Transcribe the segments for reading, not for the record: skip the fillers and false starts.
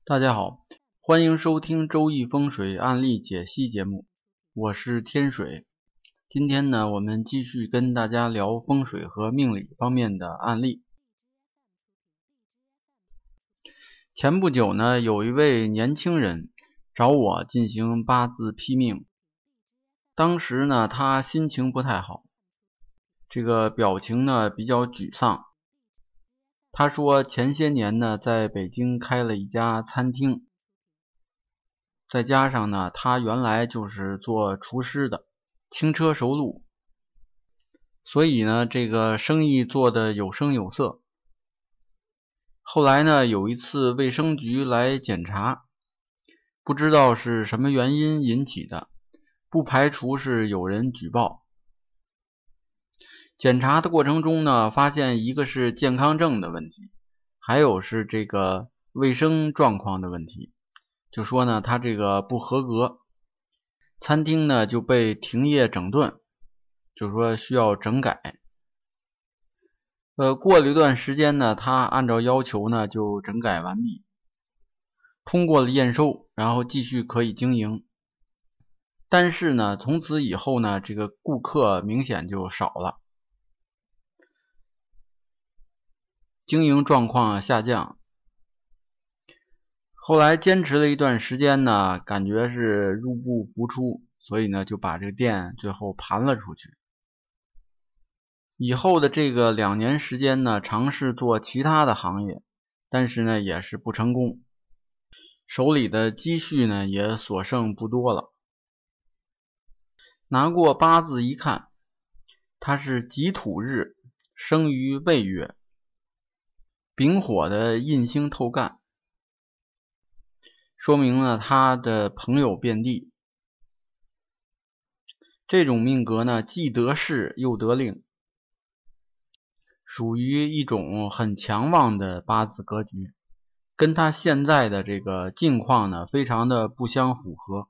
大家好，欢迎收听周易风水案例解析节目，我是天水。今天呢，我们继续跟大家聊风水和命理方面的案例。前不久呢，有一位年轻人找我进行八字批命，当时呢，他心情不太好，这个表情呢比较沮丧。他说前些年呢，在北京开了一家餐厅，再加上呢，他原来就是做厨师的，轻车熟路，所以呢，这个生意做得有声有色。后来呢，有一次卫生局来检查，不知道是什么原因引起的，不排除是有人举报。检查的过程中呢，发现一个是健康证的问题，还有是这个卫生状况的问题，就说呢他这个不合格，餐厅呢就被停业整顿，就说需要整改。过了一段时间呢，他按照要求呢就整改完毕，通过了验收，然后继续可以经营。但是呢，从此以后呢，这个顾客明显就少了，经营状况下降。后来坚持了一段时间呢，感觉是入不敷出，所以呢就把这个店最后盘了出去。以后的这个2年时间呢，尝试做其他的行业，但是呢也是不成功，手里的积蓄呢也所剩不多了。拿过八字一看，他是己土日，生于未月，丙火的印星透干，说明了他的朋友遍地。这种命格呢，既得势又得令，属于一种很强旺的八字格局，跟他现在的这个境况呢，非常的不相符合。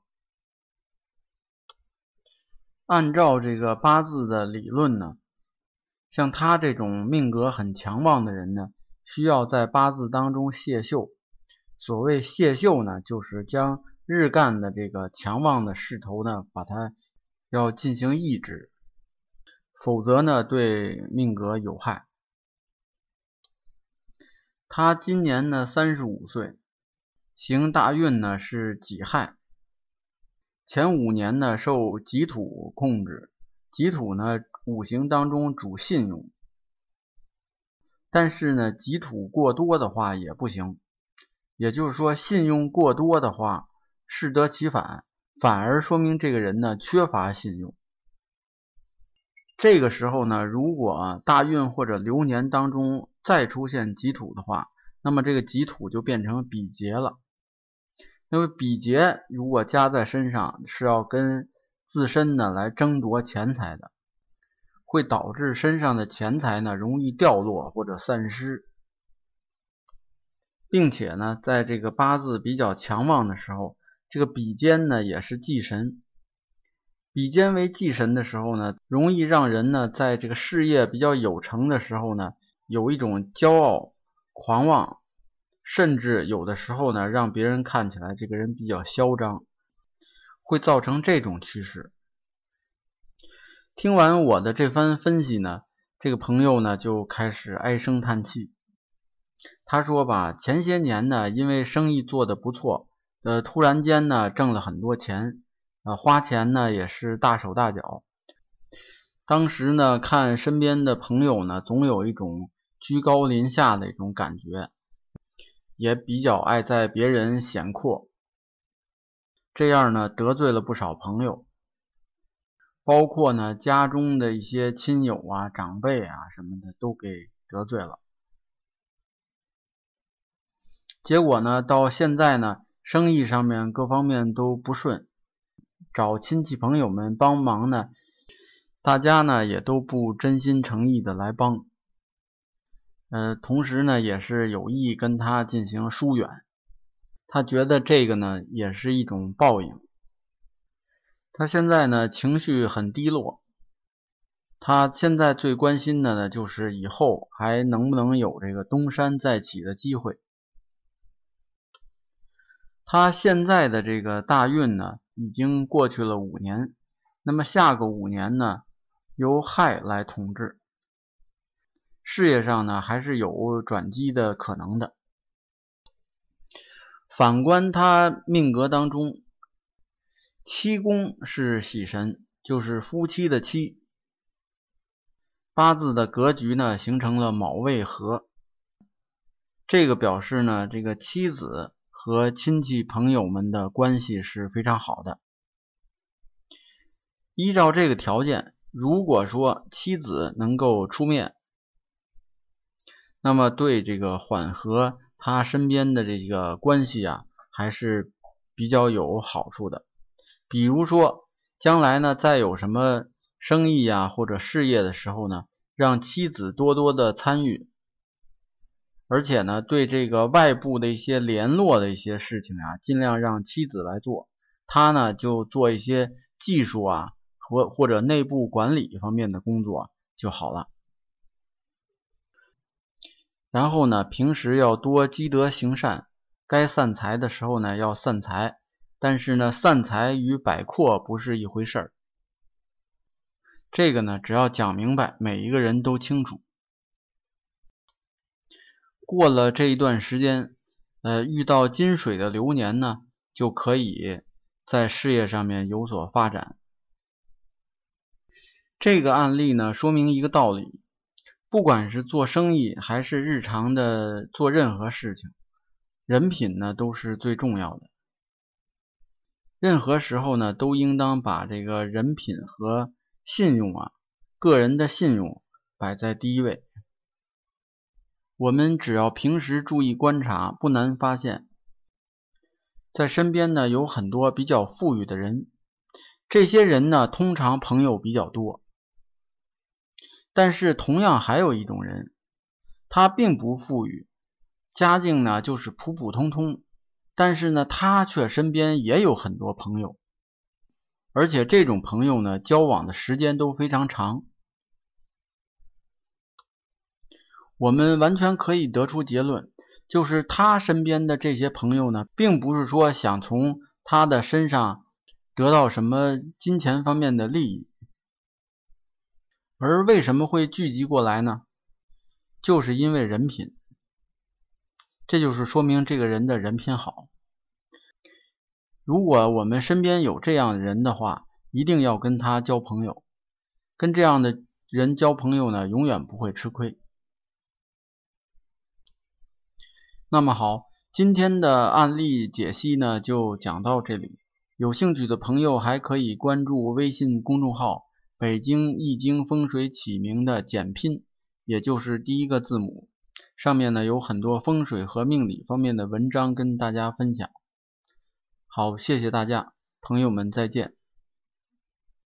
按照这个八字的理论呢，像他这种命格很强旺的人呢，需要在八字当中泄秀。所谓泄秀呢，就是将日干的这个强旺的势头呢，把它要进行抑制，否则呢，对命格有害。他今年呢35岁，行大运呢是己亥，前5年呢受己土控制，己土呢五行当中主信用，但是呢己土过多的话也不行，也就是说信用过多的话适得其反，反而说明这个人呢缺乏信用。这个时候呢，如果大运或者流年当中再出现己土的话，那么这个己土就变成比劫了。那么比劫如果加在身上，是要跟自身呢来争夺钱财的，会导致身上的钱财呢容易掉落或者散失，并且呢在这个八字比较强旺的时候，这个比肩呢也是忌神。比肩为忌神的时候呢，容易让人呢在这个事业比较有成的时候呢，有一种骄傲狂妄，甚至有的时候呢让别人看起来这个人比较嚣张，会造成这种趋势。听完我的这番分析呢，这个朋友呢就开始唉声叹气。他说吧，前些年呢因为生意做得不错，突然间呢挣了很多钱，花钱呢也是大手大脚。当时呢看身边的朋友呢，总有一种居高临下的一种感觉，也比较爱在别人显阔，这样呢得罪了不少朋友，包括呢家中的一些亲友啊、长辈啊什么的都给得罪了。结果呢到现在呢生意上面各方面都不顺，找亲戚朋友们帮忙呢，大家呢也都不真心诚意的来帮，同时呢也是有意跟他进行疏远。他觉得这个呢也是一种报应。他现在呢情绪很低落，他现在最关心的呢就是以后还能不能有这个东山再起的机会。 他现在的这个大运呢，已经过去了5年，那么下个5年呢，由亥来统治，事业上呢还是有转机的可能的。反观他命格当中，妻宫是喜神，就是夫妻的妻，八字的格局呢形成了卯未合，这个表示呢这个妻子和亲戚朋友们的关系是非常好的。依照这个条件，如果说妻子能够出面，那么对这个缓和他身边的这个关系啊还是比较有好处的。比如说将来呢再有什么生意啊或者事业的时候呢，让妻子多多的参与，而且呢对这个外部的一些联络的一些事情啊，尽量让妻子来做，他呢就做一些技术啊或者内部管理方面的工作就好了。然后呢平时要多积德行善，该散财的时候呢要散财，但是呢散财与摆阔不是一回事儿，这个呢只要讲明白，每一个人都清楚。过了这一段时间，遇到金水的流年呢，就可以在事业上面有所发展。这个案例呢说明一个道理，不管是做生意还是日常的做任何事情，人品呢都是最重要的。任何时候呢都应当把这个人品和信用啊，个人的信用摆在第一位。我们只要平时注意观察，不难发现，在身边呢有很多比较富裕的人，这些人呢通常朋友比较多。但是同样还有一种人，他并不富裕，家境呢就是普普通通，但是呢他却身边也有很多朋友，而且这种朋友呢交往的时间都非常长。我们完全可以得出结论，就是他身边的这些朋友呢，并不是说想从他的身上得到什么金钱方面的利益，而为什么会聚集过来呢？就是因为人品，这就是说明这个人的人品好。如果我们身边有这样的人的话，一定要跟他交朋友，跟这样的人交朋友呢，永远不会吃亏。那么好，今天的案例解析呢就讲到这里，有兴趣的朋友还可以关注微信公众号北京易经风水起名的简拼，也就是第一个字母，上面呢有很多风水和命理方面的文章跟大家分享。好，谢谢大家，朋友们再见。